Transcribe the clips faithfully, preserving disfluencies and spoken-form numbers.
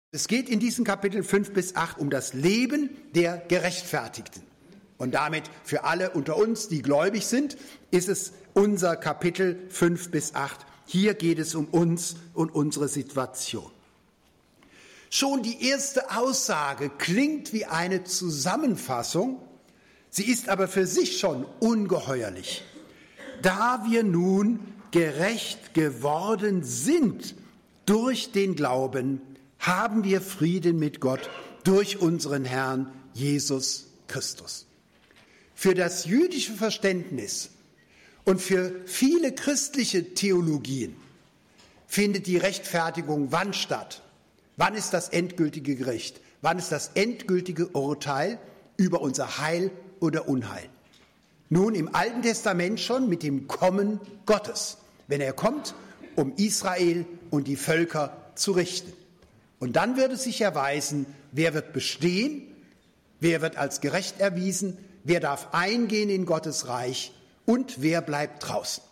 Es geht in diesen Kapitel fünf bis acht um das Leben der Gerechtfertigten. Und damit für alle unter uns, die gläubig sind, ist es unser Kapitel fünf bis acht. Hier geht es um uns und unsere Situation. Schon die erste Aussage klingt wie eine Zusammenfassung, sie ist aber für sich schon ungeheuerlich. Da wir nun gerecht geworden sind durch den Glauben, haben wir Frieden mit Gott durch unseren Herrn Jesus Christus. Für das jüdische Verständnis und für viele christliche Theologien findet die Rechtfertigung wann statt? Wann ist das endgültige Gericht? Wann ist das endgültige Urteil über unser Heil oder Unheil? Nun, im Alten Testament schon mit dem Kommen Gottes, wenn er kommt, um Israel und die Völker zu richten. Und dann wird es sich erweisen, wer wird bestehen, wer wird als gerecht erwiesen, wer darf eingehen in Gottes Reich und wer bleibt draußen.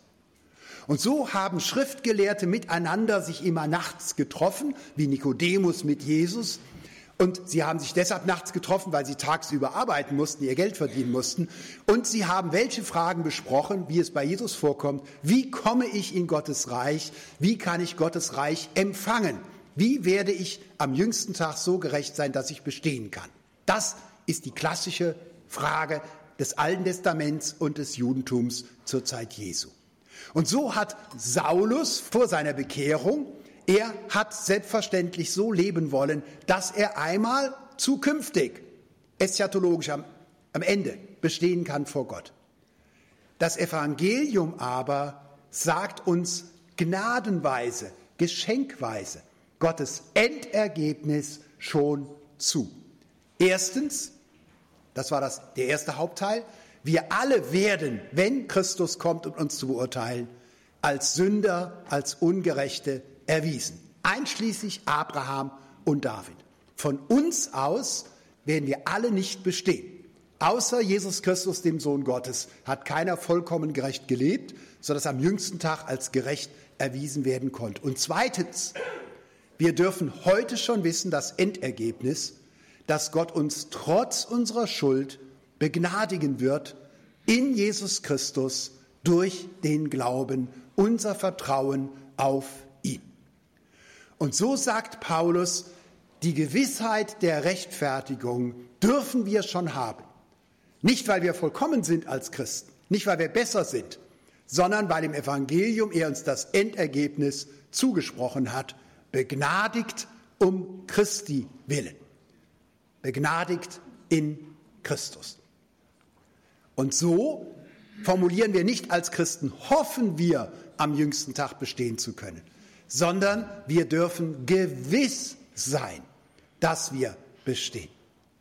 Und so haben Schriftgelehrte miteinander sich immer nachts getroffen, wie Nikodemus mit Jesus. Und sie haben sich deshalb nachts getroffen, weil sie tagsüber arbeiten mussten, ihr Geld verdienen mussten. Und sie haben welche Fragen besprochen, wie es bei Jesus vorkommt. Wie komme ich in Gottes Reich? Wie kann ich Gottes Reich empfangen? Wie werde ich am jüngsten Tag so gerecht sein, dass ich bestehen kann? Das ist die klassische Frage des Alten Testaments und des Judentums zur Zeit Jesu. Und so hat Saulus vor seiner Bekehrung, er hat selbstverständlich so leben wollen, dass er einmal zukünftig, eschatologisch am, am Ende, bestehen kann vor Gott. Das Evangelium aber sagt uns gnadenweise, geschenkweise, Gottes Endergebnis schon zu. Erstens, das war das, der erste Hauptteil, wir alle werden, wenn Christus kommt, um uns zu beurteilen, als Sünder, als Ungerechte erwiesen, einschließlich Abraham und David. Von uns aus werden wir alle nicht bestehen. Außer Jesus Christus, dem Sohn Gottes, hat keiner vollkommen gerecht gelebt, sodass am jüngsten Tag als gerecht erwiesen werden konnte. Und zweitens, wir dürfen heute schon wissen, das Endergebnis, dass Gott uns trotz unserer Schuld begnadigen wird in Jesus Christus durch den Glauben, unser Vertrauen auf ihn. Und so sagt Paulus, die Gewissheit der Rechtfertigung dürfen wir schon haben. Nicht, weil wir vollkommen sind als Christen, nicht, weil wir besser sind, sondern weil im Evangelium er uns das Endergebnis zugesprochen hat, begnadigt um Christi willen. Begnadigt in Christus. Und so formulieren wir nicht als Christen, hoffen wir am jüngsten Tag bestehen zu können, sondern wir dürfen gewiss sein, dass wir bestehen.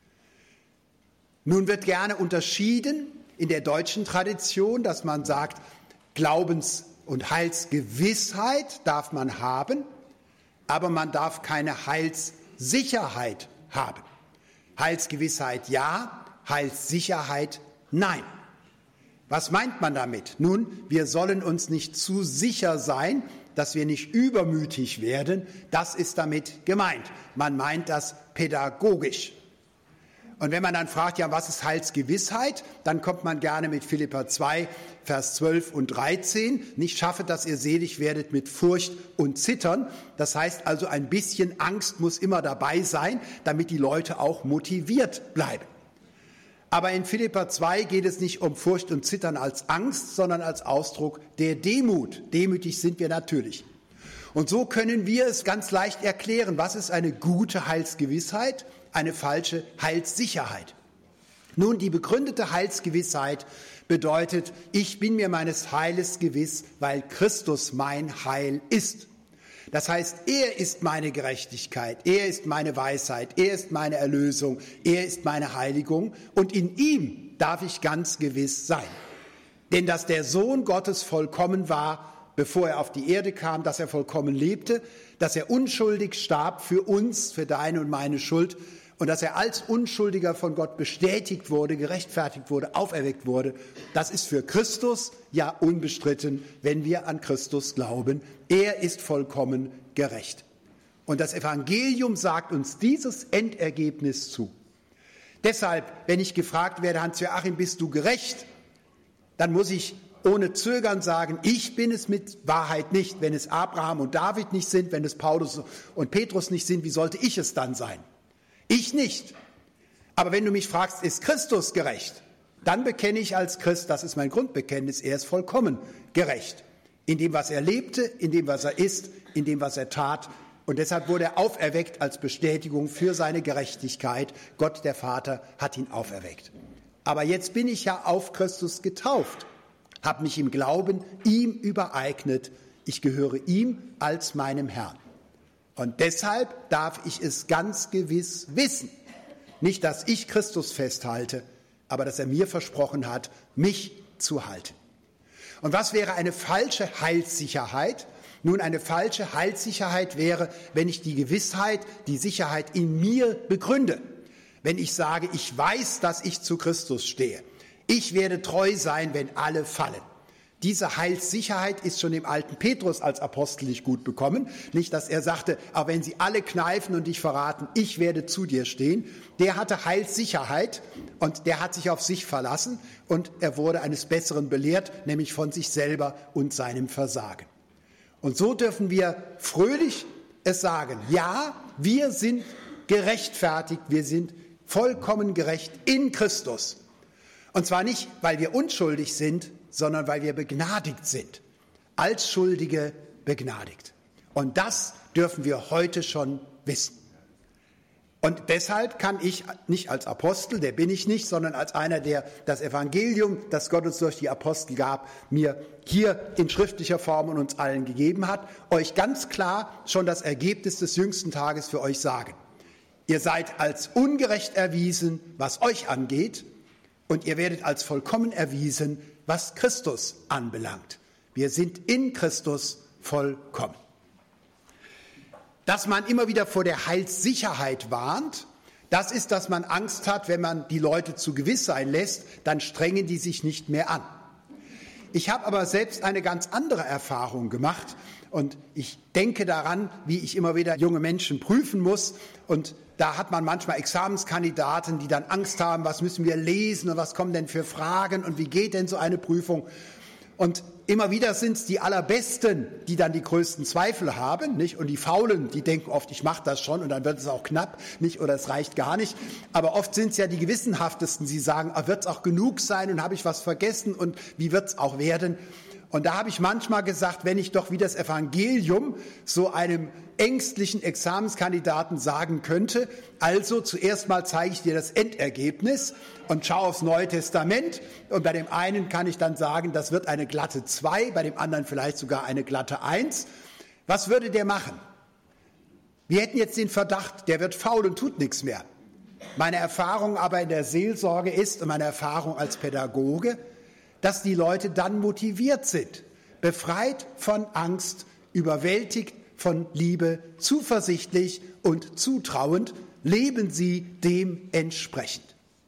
Nun wird gerne unterschieden in der deutschen Tradition, dass man sagt, Glaubens- und Heilsgewissheit darf man haben, aber man darf keine Heilssicherheit haben. Heilsgewissheit ja, Heilssicherheit nein. Was meint man damit? Nun, wir sollen uns nicht zu sicher sein, dass wir nicht übermütig werden. Das ist damit gemeint. Man meint das pädagogisch. Und wenn man dann fragt, ja, was ist Heilsgewissheit, dann kommt man gerne mit Philipper zwei, Vers zwölf und dreizehn. Nicht schaffe, dass ihr selig werdet mit Furcht und Zittern. Das heißt also, ein bisschen Angst muss immer dabei sein, damit die Leute auch motiviert bleiben. Aber in Philipper zwei geht es nicht um Furcht und Zittern als Angst, sondern als Ausdruck der Demut. Demütig sind wir natürlich. Und so können wir es ganz leicht erklären, was ist eine gute Heilsgewissheit, eine falsche Heilssicherheit. Nun, die begründete Heilsgewissheit bedeutet, ich bin mir meines Heiles gewiss, weil Christus mein Heil ist. Das heißt, er ist meine Gerechtigkeit, er ist meine Weisheit, er ist meine Erlösung, er ist meine Heiligung und in ihm darf ich ganz gewiss sein. Denn dass der Sohn Gottes vollkommen war, bevor er auf die Erde kam, dass er vollkommen lebte, dass er unschuldig starb für uns, für deine und meine Schuld und dass er als Unschuldiger von Gott bestätigt wurde, gerechtfertigt wurde, auferweckt wurde, das ist für Christus ja unbestritten, wenn wir an Christus glauben. Er ist vollkommen gerecht. Und das Evangelium sagt uns dieses Endergebnis zu. Deshalb, wenn ich gefragt werde, Hans-Joachim, bist du gerecht? Dann muss ich ohne Zögern sagen, ich bin es mit Wahrheit nicht. Wenn es Abraham und David nicht sind, wenn es Paulus und Petrus nicht sind, wie sollte ich es dann sein? Ich nicht. Aber wenn du mich fragst, ist Christus gerecht? Dann bekenne ich als Christ, das ist mein Grundbekenntnis, er ist vollkommen gerecht. In dem, was er lebte, in dem, was er ist, in dem, was er tat. Und deshalb wurde er auferweckt als Bestätigung für seine Gerechtigkeit. Gott, der Vater, hat ihn auferweckt. Aber jetzt bin ich ja auf Christus getauft, habe mich im Glauben ihm übereignet. Ich gehöre ihm als meinem Herrn. Und deshalb darf ich es ganz gewiss wissen. Nicht, dass ich Christus festhalte, aber dass er mir versprochen hat, mich zu halten. Und was wäre eine falsche Heilssicherheit? Nun, eine falsche Heilssicherheit wäre, wenn ich die Gewissheit, die Sicherheit in mir begründe. Wenn ich sage, ich weiß, dass ich zu Christus stehe. Ich werde treu sein, wenn alle fallen. Diese Heilssicherheit ist schon dem alten Petrus als Apostel nicht gut bekommen. Nicht, dass er sagte, aber wenn sie alle kneifen und dich verraten, ich werde zu dir stehen. Der hatte Heilssicherheit und der hat sich auf sich verlassen und er wurde eines Besseren belehrt, nämlich von sich selber und seinem Versagen. Und so dürfen wir fröhlich es sagen, ja, wir sind gerechtfertigt, wir sind vollkommen gerecht in Christus. Und zwar nicht, weil wir unschuldig sind, sondern weil wir begnadigt sind. Als Schuldige begnadigt. Und das dürfen wir heute schon wissen. Und deshalb kann ich nicht als Apostel, der bin ich nicht, sondern als einer, der das Evangelium, das Gott uns durch die Apostel gab, mir hier in schriftlicher Form und uns allen gegeben hat, euch ganz klar schon das Ergebnis des jüngsten Tages für euch sagen. Ihr seid als ungerecht erwiesen, was euch angeht, und ihr werdet als vollkommen erwiesen, was Christus anbelangt. Wir sind in Christus vollkommen. Dass man immer wieder vor der Heilssicherheit warnt, das ist, dass man Angst hat, wenn man die Leute zu gewiss sein lässt, dann strengen die sich nicht mehr an. Ich habe aber selbst eine ganz andere Erfahrung gemacht und ich denke daran, wie ich immer wieder junge Menschen prüfen muss, und da hat man manchmal Examenskandidaten, die dann Angst haben, was müssen wir lesen und was kommen denn für Fragen und wie geht denn so eine Prüfung? Und immer wieder sind es die Allerbesten, die dann die größten Zweifel haben, nicht? Und die Faulen, die denken oft, ich mache das schon und dann wird es auch knapp, nicht? Oder es reicht gar nicht. Aber oft sind es ja die Gewissenhaftesten, die sagen, ah, wird es auch genug sein und habe ich was vergessen und wie wird es auch werden? Und da habe ich manchmal gesagt, wenn ich doch wie das Evangelium so einem ängstlichen Examenskandidaten sagen könnte, also zuerst mal zeige ich dir das Endergebnis und schau aufs Neue Testament, und bei dem einen kann ich dann sagen, das wird eine glatte zwei, bei dem anderen vielleicht sogar eine glatte eins. Was würde der machen? Wir hätten jetzt den Verdacht, der wird faul und tut nichts mehr. Meine Erfahrung aber in der Seelsorge ist, und meine Erfahrung als Pädagoge, dass die Leute dann motiviert sind, befreit von Angst, überwältigt von Liebe, zuversichtlich und zutrauend, leben sie dementsprechend.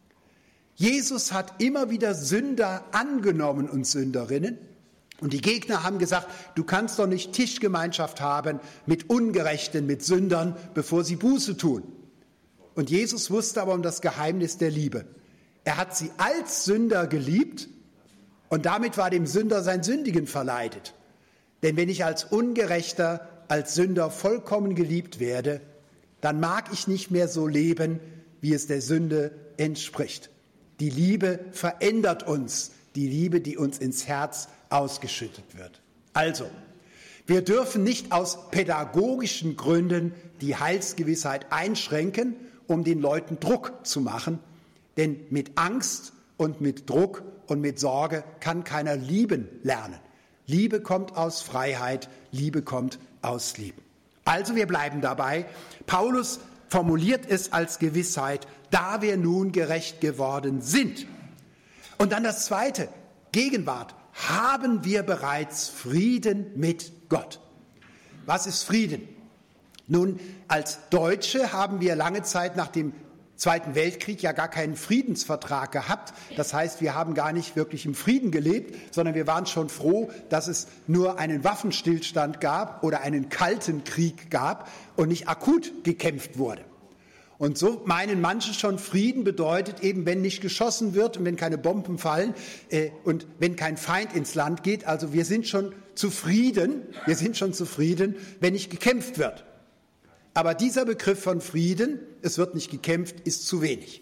Jesus hat immer wieder Sünder angenommen und Sünderinnen, und die Gegner haben gesagt, du kannst doch nicht Tischgemeinschaft haben mit Ungerechten, mit Sündern, bevor sie Buße tun. Und Jesus wusste aber um das Geheimnis der Liebe. Er hat sie als Sünder geliebt, und damit war dem Sünder sein Sündigen verleidet. Denn wenn ich als Ungerechter, als Sünder vollkommen geliebt werde, dann mag ich nicht mehr so leben, wie es der Sünde entspricht. Die Liebe verändert uns, die Liebe, die uns ins Herz ausgeschüttet wird. Also, wir dürfen nicht aus pädagogischen Gründen die Heilsgewissheit einschränken, um den Leuten Druck zu machen, denn mit Angst und mit Druck und mit Sorge kann keiner lieben lernen. Liebe kommt aus Freiheit, Liebe kommt aus Lieben. Also wir bleiben dabei. Paulus formuliert es als Gewissheit, da wir nun gerecht geworden sind. Und dann das Zweite, Gegenwart, haben wir bereits Frieden mit Gott. Was ist Frieden? Nun, als Deutsche haben wir lange Zeit nach dem Zweiten Weltkrieg ja gar keinen Friedensvertrag gehabt. Das heißt, wir haben gar nicht wirklich im Frieden gelebt, sondern wir waren schon froh, dass es nur einen Waffenstillstand gab oder einen kalten Krieg gab und nicht akut gekämpft wurde. Und so meinen manche schon, Frieden bedeutet eben, wenn nicht geschossen wird und wenn keine Bomben fallen äh, und wenn kein Feind ins Land geht. Also wir sind schon zufrieden, wir sind schon zufrieden, wenn nicht gekämpft wird. Aber dieser Begriff von Frieden, es wird nicht gekämpft, ist zu wenig.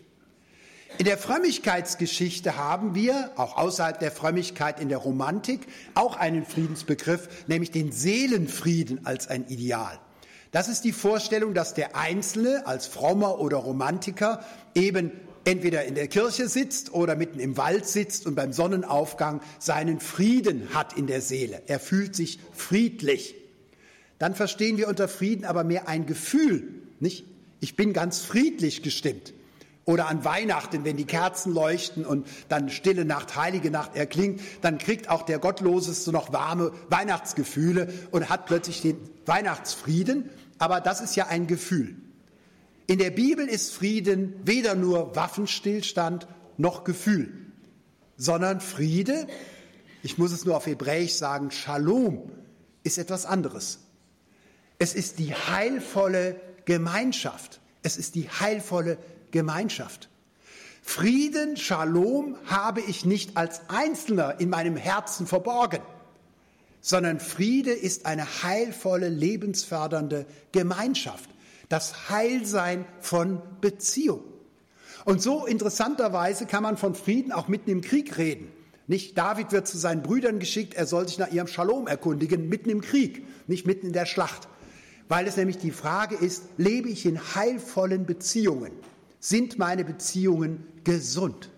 In der Frömmigkeitsgeschichte haben wir, auch außerhalb der Frömmigkeit in der Romantik, auch einen Friedensbegriff, nämlich den Seelenfrieden als ein Ideal. Das ist die Vorstellung, dass der Einzelne als Frommer oder Romantiker eben entweder in der Kirche sitzt oder mitten im Wald sitzt und beim Sonnenaufgang seinen Frieden hat in der Seele. Er fühlt sich friedlich. Dann verstehen wir unter Frieden aber mehr ein Gefühl, nicht? Ich bin ganz friedlich gestimmt. Oder an Weihnachten, wenn die Kerzen leuchten und dann Stille Nacht, Heilige Nacht erklingt, dann kriegt auch der Gottloseste noch warme Weihnachtsgefühle und hat plötzlich den Weihnachtsfrieden. Aber das ist ja ein Gefühl. In der Bibel ist Frieden weder nur Waffenstillstand noch Gefühl, sondern Friede, ich muss es nur auf Hebräisch sagen, Shalom, ist etwas anderes. Es ist die heilvolle Gemeinschaft. Es ist die heilvolle Gemeinschaft. Frieden, Shalom habe ich nicht als Einzelner in meinem Herzen verborgen, sondern Friede ist eine heilvolle, lebensfördernde Gemeinschaft. Das Heilsein von Beziehung. Und so interessanterweise kann man von Frieden auch mitten im Krieg reden. Nicht David wird zu seinen Brüdern geschickt, er soll sich nach ihrem Shalom erkundigen, mitten im Krieg, nicht mitten in der Schlacht. Weil es nämlich die Frage ist, lebe ich in heilvollen Beziehungen? Sind meine Beziehungen gesund?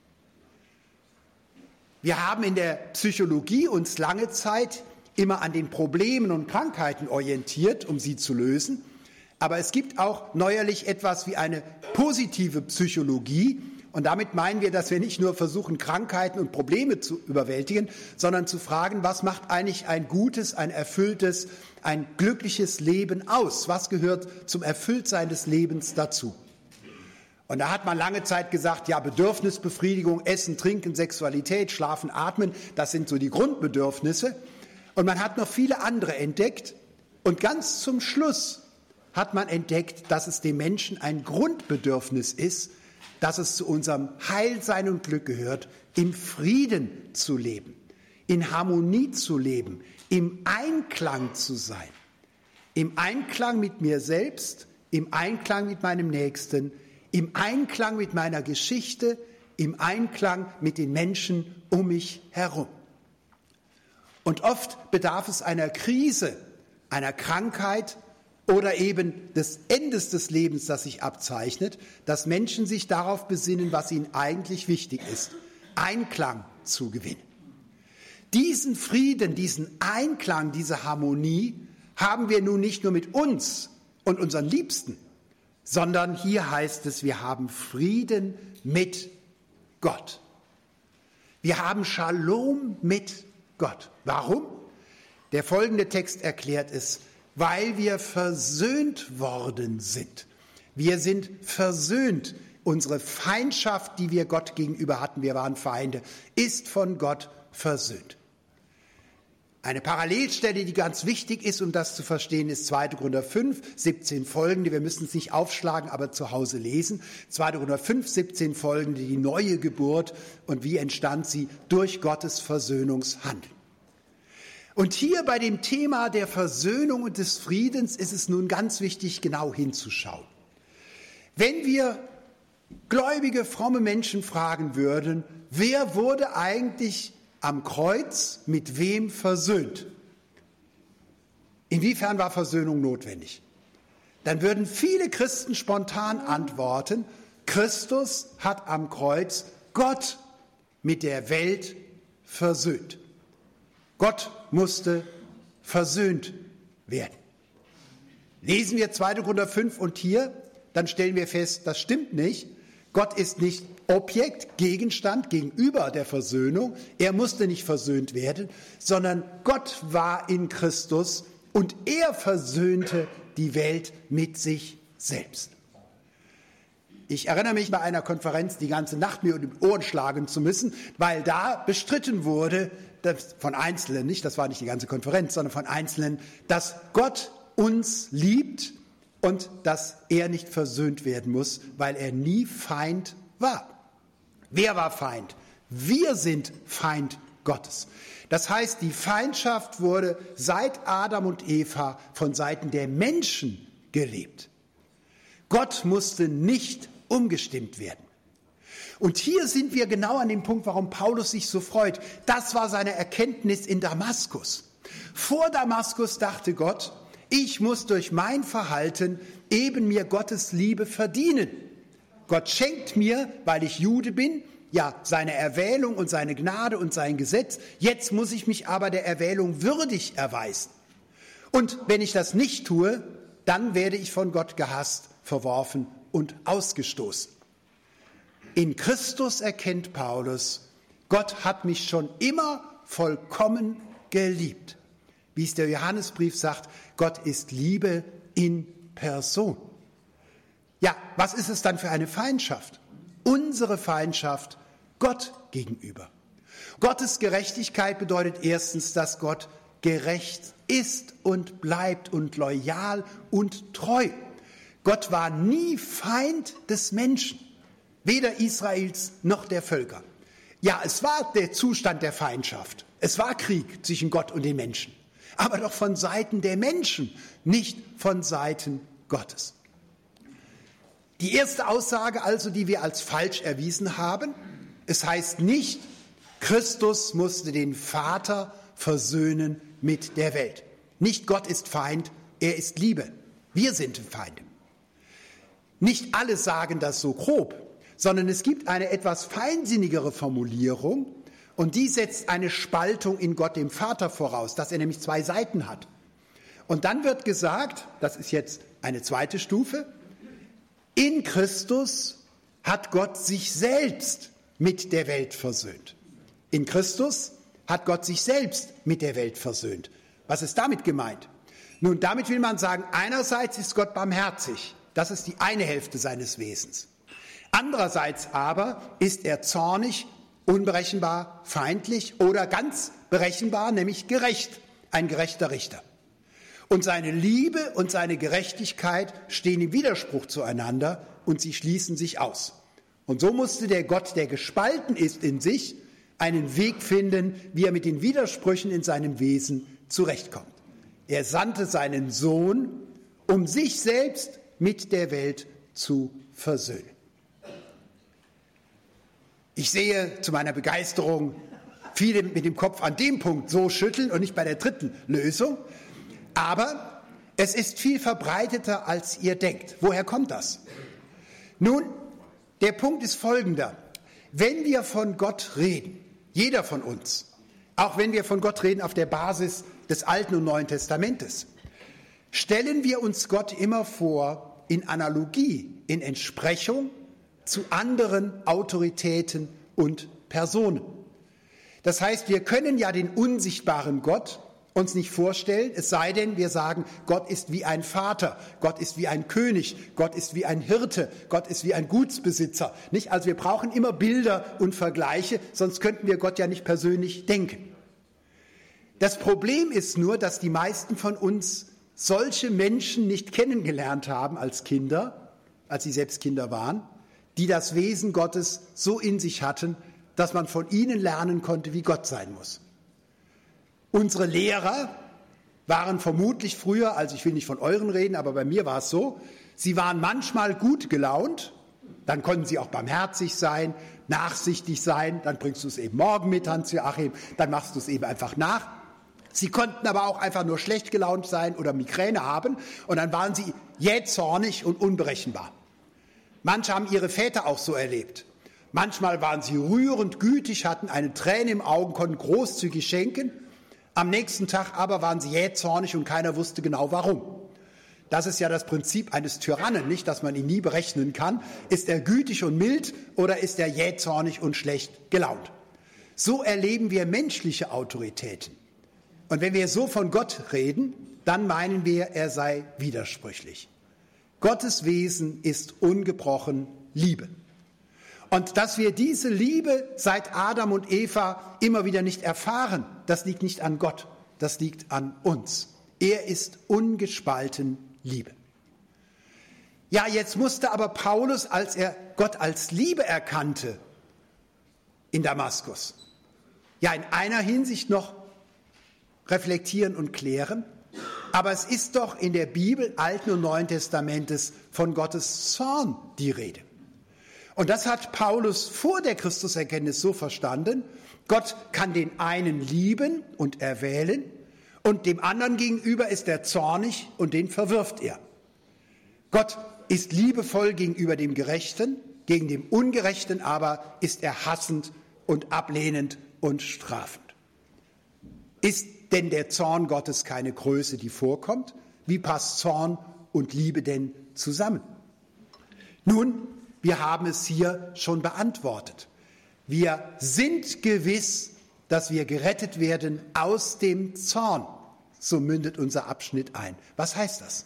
Wir haben in der Psychologie uns lange Zeit immer an den Problemen und Krankheiten orientiert, um sie zu lösen. Aber es gibt auch neuerlich etwas wie eine positive Psychologie. Und damit meinen wir, dass wir nicht nur versuchen, Krankheiten und Probleme zu überwältigen, sondern zu fragen, was macht eigentlich ein gutes, ein erfülltes, ein glückliches Leben aus? Was gehört zum Erfülltsein des Lebens dazu? Und da hat man lange Zeit gesagt, ja, Bedürfnisbefriedigung, Essen, Trinken, Sexualität, Schlafen, Atmen, das sind so die Grundbedürfnisse. Und man hat noch viele andere entdeckt. Und ganz zum Schluss hat man entdeckt, dass es dem Menschen ein Grundbedürfnis ist, dass es zu unserem Heilsein und Glück gehört, im Frieden zu leben, in Harmonie zu leben, im Einklang zu sein. Im Einklang mit mir selbst, im Einklang mit meinem Nächsten, im Einklang mit meiner Geschichte, im Einklang mit den Menschen um mich herum. Und oft bedarf es einer Krise, einer Krankheit oder eben des Endes des Lebens, das sich abzeichnet, dass Menschen sich darauf besinnen, was ihnen eigentlich wichtig ist, Einklang zu gewinnen. Diesen Frieden, diesen Einklang, diese Harmonie haben wir nun nicht nur mit uns und unseren Liebsten, sondern hier heißt es, wir haben Frieden mit Gott. Wir haben Shalom mit Gott. Warum? Der folgende Text erklärt es, weil wir versöhnt worden sind. Wir sind versöhnt. Unsere Feindschaft, die wir Gott gegenüber hatten, wir waren Feinde, ist von Gott versöhnt. Eine Parallelstelle, die ganz wichtig ist, um das zu verstehen, ist zweiter Korinther fünf, siebzehn folgende. Wir müssen es nicht aufschlagen, aber zu Hause lesen. zweiter Korinther fünf, siebzehn folgende, die neue Geburt und wie entstand sie durch Gottes Versöhnungshandeln. Und hier bei dem Thema der Versöhnung und des Friedens ist es nun ganz wichtig, genau hinzuschauen. Wenn wir gläubige, fromme Menschen fragen würden, wer wurde eigentlich am Kreuz mit wem versöhnt? Inwiefern war Versöhnung notwendig? Dann würden viele Christen spontan antworten, Christus hat am Kreuz Gott mit der Welt versöhnt. Gott musste versöhnt werden. Lesen wir zweiter Korinther fünf und hier, dann stellen wir fest, das stimmt nicht. Gott ist nicht Objekt, Gegenstand gegenüber der Versöhnung. Er musste nicht versöhnt werden, sondern Gott war in Christus und er versöhnte die Welt mit sich selbst. Ich erinnere mich bei einer Konferenz die ganze Nacht mir um die Ohren schlagen zu müssen, weil da bestritten wurde, dass von Einzelnen, nicht, das war nicht die ganze Konferenz, sondern von Einzelnen, dass Gott uns liebt und dass er nicht versöhnt werden muss, weil er nie Feind war. Wer war Feind? Wir sind Feind Gottes. Das heißt, die Feindschaft wurde seit Adam und Eva von Seiten der Menschen gelebt. Gott musste nicht umgestimmt werden. Und hier sind wir genau an dem Punkt, warum Paulus sich so freut. Das war seine Erkenntnis in Damaskus. Vor Damaskus dachte Gott, ich muss durch mein Verhalten eben mir Gottes Liebe verdienen. Gott schenkt mir, weil ich Jude bin, ja, seine Erwählung und seine Gnade und sein Gesetz. Jetzt muss ich mich aber der Erwählung würdig erweisen. Und wenn ich das nicht tue, dann werde ich von Gott gehasst, verworfen und ausgestoßen. In Christus erkennt Paulus, Gott hat mich schon immer vollkommen geliebt. Wie es der Johannesbrief sagt, Gott ist Liebe in Person. Ja, was ist es dann für eine Feindschaft? Unsere Feindschaft Gott gegenüber. Gottes Gerechtigkeit bedeutet erstens, dass Gott gerecht ist und bleibt und loyal und treu. Gott war nie Feind des Menschen, weder Israels noch der Völker. Ja, es war der Zustand der Feindschaft. Es war Krieg zwischen Gott und den Menschen. Aber doch von Seiten der Menschen, nicht von Seiten Gottes. Die erste Aussage also, die wir als falsch erwiesen haben, es heißt nicht, Christus musste den Vater versöhnen mit der Welt. Nicht Gott ist Feind, er ist Liebe. Wir sind Feinde. Nicht alle sagen das so grob, sondern es gibt eine etwas feinsinnigere Formulierung und die setzt eine Spaltung in Gott dem Vater voraus, dass er nämlich zwei Seiten hat. Und dann wird gesagt, das ist jetzt eine zweite Stufe, in Christus hat Gott sich selbst mit der Welt versöhnt. In Christus hat Gott sich selbst mit der Welt versöhnt. Was ist damit gemeint? Nun, damit will man sagen, einerseits ist Gott barmherzig. Das ist die eine Hälfte seines Wesens. Andererseits aber ist er zornig, unberechenbar, feindlich oder ganz berechenbar, nämlich gerecht, ein gerechter Richter. Und seine Liebe und seine Gerechtigkeit stehen im Widerspruch zueinander und sie schließen sich aus. Und so musste der Gott, der gespalten ist in sich, einen Weg finden, wie er mit den Widersprüchen in seinem Wesen zurechtkommt. Er sandte seinen Sohn, um sich selbst mit der Welt zu versöhnen. Ich sehe zu meiner Begeisterung viele mit dem Kopf an dem Punkt so schütteln und nicht bei der dritten Lösung. Aber es ist viel verbreiteter, als ihr denkt. Woher kommt das? Nun, der Punkt ist folgender. Wenn wir von Gott reden, jeder von uns, auch wenn wir von Gott reden auf der Basis des Alten und Neuen Testamentes, stellen wir uns Gott immer vor in Analogie, in Entsprechung zu anderen Autoritäten und Personen. Das heißt, wir können ja den unsichtbaren Gott uns nicht vorstellen, es sei denn, wir sagen, Gott ist wie ein Vater, Gott ist wie ein König, Gott ist wie ein Hirte, Gott ist wie ein Gutsbesitzer. Nicht? Also wir brauchen immer Bilder und Vergleiche, sonst könnten wir Gott ja nicht persönlich denken. Das Problem ist nur, dass die meisten von uns solche Menschen nicht kennengelernt haben als Kinder, als sie selbst Kinder waren, die das Wesen Gottes so in sich hatten, dass man von ihnen lernen konnte, wie Gott sein muss. Unsere Lehrer waren vermutlich früher, also ich will nicht von euren reden, aber bei mir war es so, sie waren manchmal gut gelaunt, dann konnten sie auch barmherzig sein, nachsichtig sein, dann bringst du es eben morgen mit, Hans-Joachim, dann machst du es eben einfach nach. Sie konnten aber auch einfach nur schlecht gelaunt sein oder Migräne haben und dann waren sie jähzornig und unberechenbar. Manche haben ihre Väter auch so erlebt. Manchmal waren sie rührend gütig, hatten eine Träne im Auge, konnten großzügig schenken. Am nächsten Tag aber waren sie jähzornig und keiner wusste genau warum. Das ist ja das Prinzip eines Tyrannen, nicht, dass man ihn nie berechnen kann. Ist er gütig und mild oder ist er jähzornig und schlecht gelaunt? So erleben wir menschliche Autoritäten. Und wenn wir so von Gott reden, dann meinen wir, er sei widersprüchlich. Gottes Wesen ist ungebrochen Liebe. Und dass wir diese Liebe seit Adam und Eva immer wieder nicht erfahren, das liegt nicht an Gott, das liegt an uns. Er ist ungespalten Liebe. Ja, jetzt musste aber Paulus, als er Gott als Liebe erkannte, in Damaskus, ja in einer Hinsicht noch reflektieren und klären, aber es ist doch in der Bibel Alten und Neuen Testamentes von Gottes Zorn die Rede. Und das hat Paulus vor der Christuserkenntnis so verstanden: Gott kann den einen lieben und erwählen und dem anderen gegenüber ist er zornig und den verwirft er. Gott ist liebevoll gegenüber dem Gerechten, gegen den Ungerechten aber ist er hassend und ablehnend und strafend. Ist denn der Zorn Gottes keine Größe, die vorkommt? Wie passt Zorn und Liebe denn zusammen? Nun, wir haben es hier schon beantwortet. Wir sind gewiss, dass wir gerettet werden aus dem Zorn. So mündet unser Abschnitt ein. Was heißt das?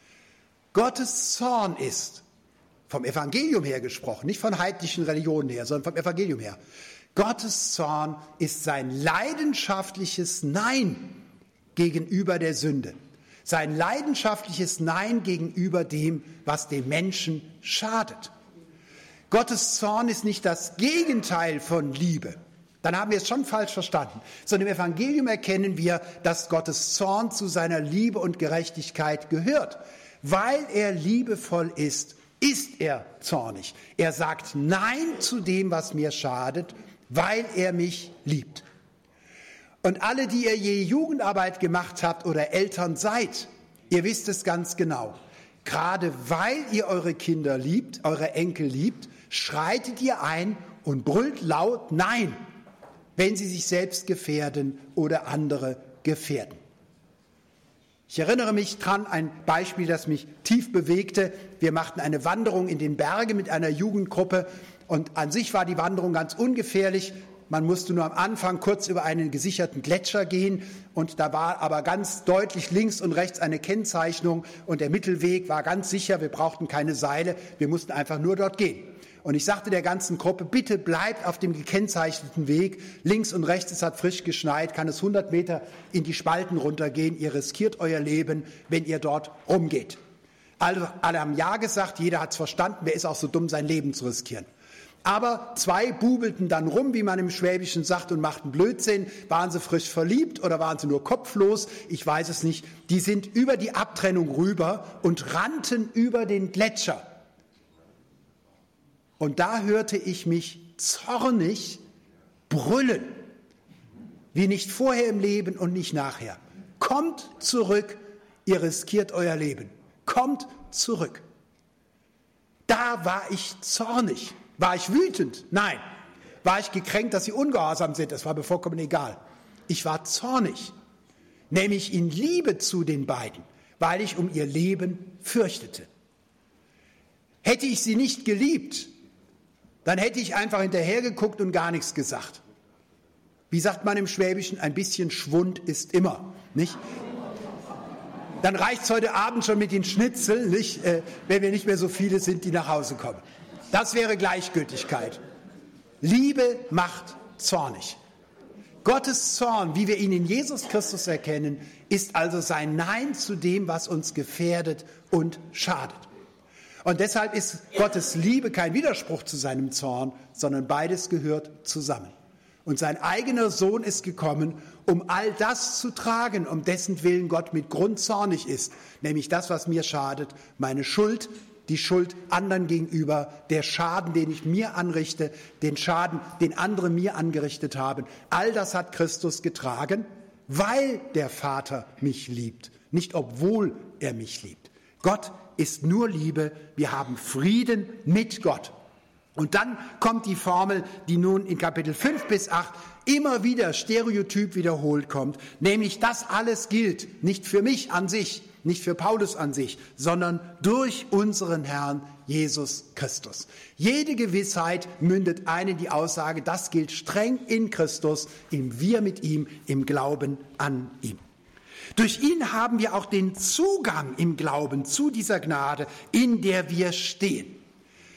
Gottes Zorn ist, vom Evangelium her gesprochen, nicht von heidnischen Religionen her, sondern vom Evangelium her. Gottes Zorn ist sein leidenschaftliches Nein gegenüber der Sünde. Sein leidenschaftliches Nein gegenüber dem, was dem Menschen schadet. Gottes Zorn ist nicht das Gegenteil von Liebe. Dann haben wir es schon falsch verstanden. Sondern im Evangelium erkennen wir, dass Gottes Zorn zu seiner Liebe und Gerechtigkeit gehört. Weil er liebevoll ist, ist er zornig. Er sagt Nein zu dem, was mir schadet, weil er mich liebt. Und alle, die ihr je Jugendarbeit gemacht habt oder Eltern seid, ihr wisst es ganz genau. Gerade weil ihr eure Kinder liebt, eure Enkel liebt, schreitet ihr ein und brüllt laut Nein, wenn sie sich selbst gefährden oder andere gefährden. Ich erinnere mich dran, ein Beispiel, das mich tief bewegte. Wir machten eine Wanderung in den Bergen mit einer Jugendgruppe und an sich war die Wanderung ganz ungefährlich. Man musste nur am Anfang kurz über einen gesicherten Gletscher gehen und da war aber ganz deutlich links und rechts eine Kennzeichnung und der Mittelweg war ganz sicher, wir brauchten keine Seile, wir mussten einfach nur dort gehen. Und ich sagte der ganzen Gruppe, bitte bleibt auf dem gekennzeichneten Weg. Links und rechts, es hat frisch geschneit, kann es hundert Meter in die Spalten runtergehen. Ihr riskiert euer Leben, wenn ihr dort rumgeht. Alle, alle haben Ja gesagt, jeder hat es verstanden. Wer ist auch so dumm, sein Leben zu riskieren? Aber zwei bubelten dann rum, wie man im Schwäbischen sagt, und machten Blödsinn. Waren sie frisch verliebt oder waren sie nur kopflos? Ich weiß es nicht. Die sind über die Abtrennung rüber und rannten über den Gletscher. Und da hörte ich mich zornig brüllen, wie nicht vorher im Leben und nicht nachher. Kommt zurück, ihr riskiert euer Leben. Kommt zurück. Da war ich zornig. War ich wütend? Nein. War ich gekränkt, dass sie ungehorsam sind? Das war mir vollkommen egal. Ich war zornig, nämlich in Liebe zu den beiden, weil ich um ihr Leben fürchtete. Hätte ich sie nicht geliebt, dann hätte ich einfach hinterhergeguckt und gar nichts gesagt. Wie sagt man im Schwäbischen, ein bisschen Schwund ist immer, nicht? Dann reicht es heute Abend schon mit den Schnitzeln, nicht? Äh, wenn wir nicht mehr so viele sind, die nach Hause kommen. Das wäre Gleichgültigkeit. Liebe macht zornig. Gottes Zorn, wie wir ihn in Jesus Christus erkennen, ist also sein Nein zu dem, was uns gefährdet und schadet. Und deshalb ist Gottes Liebe kein Widerspruch zu seinem Zorn, sondern beides gehört zusammen. Und sein eigener Sohn ist gekommen, um all das zu tragen, um dessen Willen Gott mit Grund zornig ist, nämlich das, was mir schadet, meine Schuld, die Schuld anderen gegenüber, der Schaden, den ich mir anrichte, den Schaden, den andere mir angerichtet haben. All das hat Christus getragen, weil der Vater mich liebt, nicht obwohl er mich liebt. Gott ist nur Liebe, wir haben Frieden mit Gott. Und dann kommt die Formel, die nun in Kapitel fünf bis acht immer wieder stereotyp wiederholt kommt, nämlich das alles gilt nicht für mich an sich, nicht für Paulus an sich, sondern durch unseren Herrn Jesus Christus. Jede Gewissheit mündet ein in die Aussage, das gilt streng in Christus, im Wir mit ihm, im Glauben an ihm. Durch ihn haben wir auch den Zugang im Glauben zu dieser Gnade, in der wir stehen.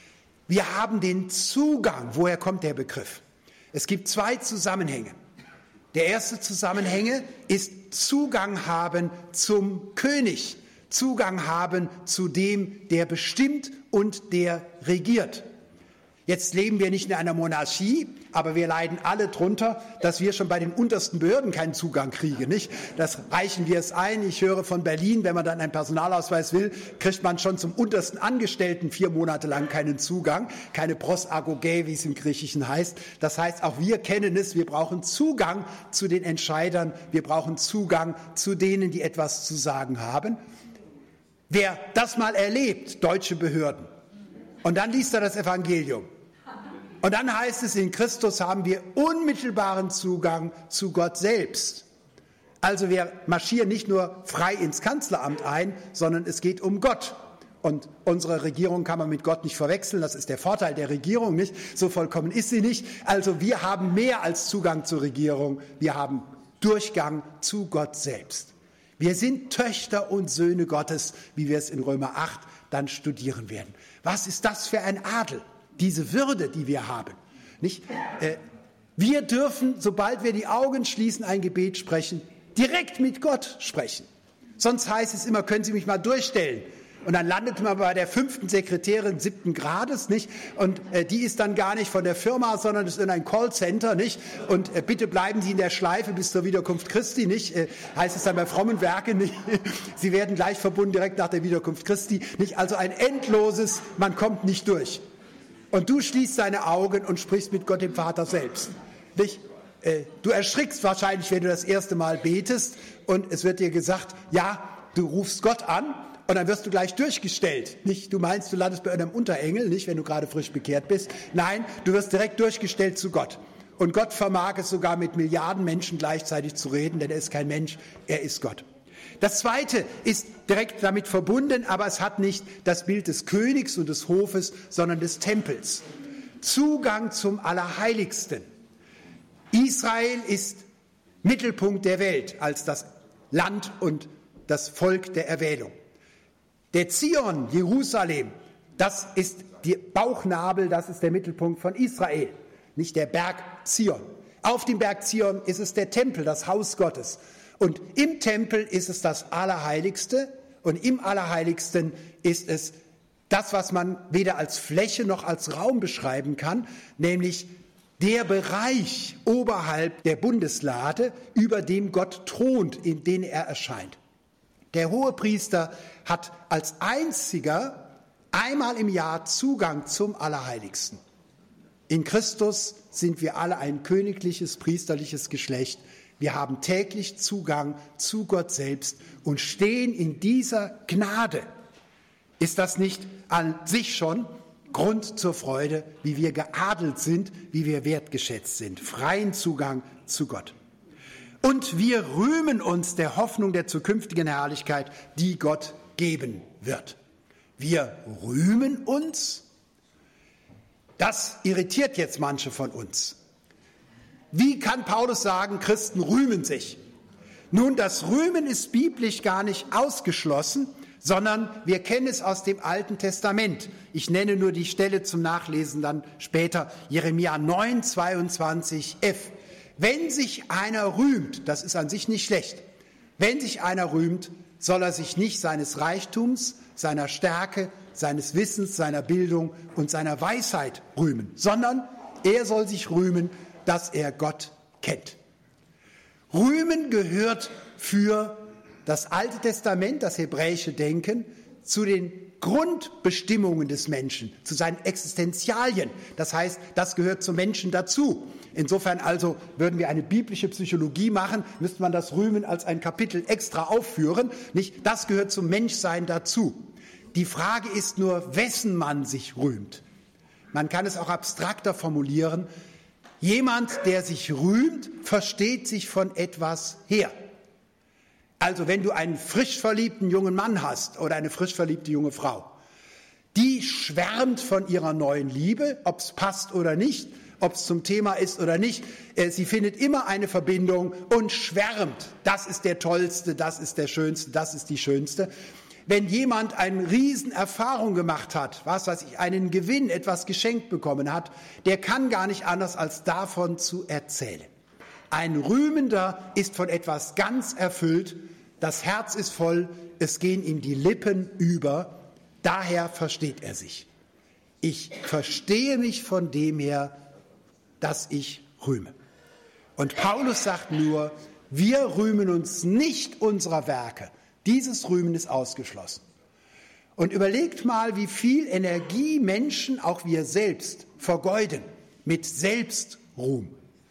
Wir haben den Zugang. Woher kommt der Begriff? Es gibt zwei Zusammenhänge. Der erste Zusammenhang ist Zugang haben zum König, Zugang haben zu dem, der bestimmt und der regiert. Jetzt leben wir nicht in einer Monarchie, aber wir leiden alle drunter, dass wir schon bei den untersten Behörden keinen Zugang kriegen, nicht? Das reichen wir es ein. Ich höre von Berlin, wenn man dann einen Personalausweis will, kriegt man schon zum untersten Angestellten vier Monate lang keinen Zugang, keine Prosagoge, wie es im Griechischen heißt. Das heißt, auch wir kennen es, wir brauchen Zugang zu den Entscheidern, wir brauchen Zugang zu denen, die etwas zu sagen haben. Wer das mal erlebt, deutsche Behörden, und dann liest er das Evangelium. Und dann heißt es, in Christus haben wir unmittelbaren Zugang zu Gott selbst. Also wir marschieren nicht nur frei ins Kanzleramt ein, sondern es geht um Gott. Und unsere Regierung kann man mit Gott nicht verwechseln. Das ist der Vorteil der Regierung, nicht? So vollkommen ist sie nicht. Also wir haben mehr als Zugang zur Regierung. Wir haben Durchgang zu Gott selbst. Wir sind Töchter und Söhne Gottes, wie wir es in Römer acht dann studieren werden. Was ist das für ein Adel? Diese Würde, die wir haben. Nicht? Äh, wir dürfen, sobald wir die Augen schließen, ein Gebet sprechen, direkt mit Gott sprechen. Sonst heißt es immer, können Sie mich mal durchstellen. Und dann landet man bei der fünften Sekretärin siebten Grades, nicht? Und äh, die ist dann gar nicht von der Firma, sondern ist in ein Callcenter, nicht? Und äh, bitte bleiben Sie in der Schleife bis zur Wiederkunft Christi, nicht? Äh, heißt es dann bei frommen Werken, nicht? Sie werden gleich verbunden direkt nach der Wiederkunft Christi, nicht? Also ein endloses, man kommt nicht durch. Und du schließt deine Augen und sprichst mit Gott, dem Vater selbst, nicht? Äh, du erschrickst wahrscheinlich, wenn du das erste Mal betest und es wird dir gesagt, ja, du rufst Gott an. Und dann wirst du gleich durchgestellt. Nicht, du meinst, du landest bei einem Unterengel, nicht, wenn du gerade frisch bekehrt bist. Nein, du wirst direkt durchgestellt zu Gott. Und Gott vermag es sogar mit Milliarden Menschen gleichzeitig zu reden, denn er ist kein Mensch, er ist Gott. Das Zweite ist direkt damit verbunden, aber es hat nicht das Bild des Königs und des Hofes, sondern des Tempels. Zugang zum Allerheiligsten. Israel ist Mittelpunkt der Welt als das Land und das Volk der Erwählung. Der Zion, Jerusalem, das ist der Bauchnabel, das ist der Mittelpunkt von Israel, nicht der Berg Zion. Auf dem Berg Zion ist es der Tempel, das Haus Gottes. Und im Tempel ist es das Allerheiligste und im Allerheiligsten ist es das, was man weder als Fläche noch als Raum beschreiben kann, nämlich der Bereich oberhalb der Bundeslade, über dem Gott thront, in den er erscheint. Der Hohepriester hat als einziger einmal im Jahr Zugang zum Allerheiligsten. In Christus sind wir alle ein königliches, priesterliches Geschlecht. Wir haben täglich Zugang zu Gott selbst und stehen in dieser Gnade. Ist das nicht an sich schon Grund zur Freude, wie wir geadelt sind, wie wir wertgeschätzt sind? Freien Zugang zu Gott. Und wir rühmen uns der Hoffnung der zukünftigen Herrlichkeit, die Gott geben wird. Wir rühmen uns? Das irritiert jetzt manche von uns. Wie kann Paulus sagen, Christen rühmen sich? Nun, das Rühmen ist biblisch gar nicht ausgeschlossen, sondern wir kennen es aus dem Alten Testament. Ich nenne nur die Stelle zum Nachlesen dann später, Jeremia neun, zweiundzwanzig f. Wenn sich einer rühmt, das ist an sich nicht schlecht, wenn sich einer rühmt, soll er sich nicht seines Reichtums, seiner Stärke, seines Wissens, seiner Bildung und seiner Weisheit rühmen, sondern er soll sich rühmen, dass er Gott kennt. Rühmen gehört für das Alte Testament, das hebräische Denken, zu den Grundbestimmungen des Menschen, zu seinen Existenzialien. Das heißt, das gehört zum Menschen dazu. Insofern also würden wir eine biblische Psychologie machen, müsste man das Rühmen als ein Kapitel extra aufführen. Nicht? Das gehört zum Menschsein dazu. Die Frage ist nur, wessen man sich rühmt. Man kann es auch abstrakter formulieren. Jemand, der sich rühmt, versteht sich von etwas her. Also wenn du einen frisch verliebten jungen Mann hast oder eine frisch verliebte junge Frau, die schwärmt von ihrer neuen Liebe, ob es passt oder nicht, ob es zum Thema ist oder nicht. Sie findet immer eine Verbindung und schwärmt. Das ist der Tollste, das ist der Schönste, das ist die Schönste. wenn jemand eine Riesenerfahrung gemacht hat, was weiß ich, einen Gewinn, etwas geschenkt bekommen hat, der kann gar nicht anders, als davon zu erzählen. Ein Rühmender ist von etwas ganz erfüllt, das Herz ist voll, es gehen ihm die Lippen über, daher versteht er sich. Ich verstehe mich von dem her, dass ich rühme. Und Paulus sagt nur, wir rühmen uns nicht unserer Werke. Dieses Rühmen ist ausgeschlossen. Und überlegt mal, wie viel Energie Menschen, auch wir selbst, vergeuden mit Selbstruhm.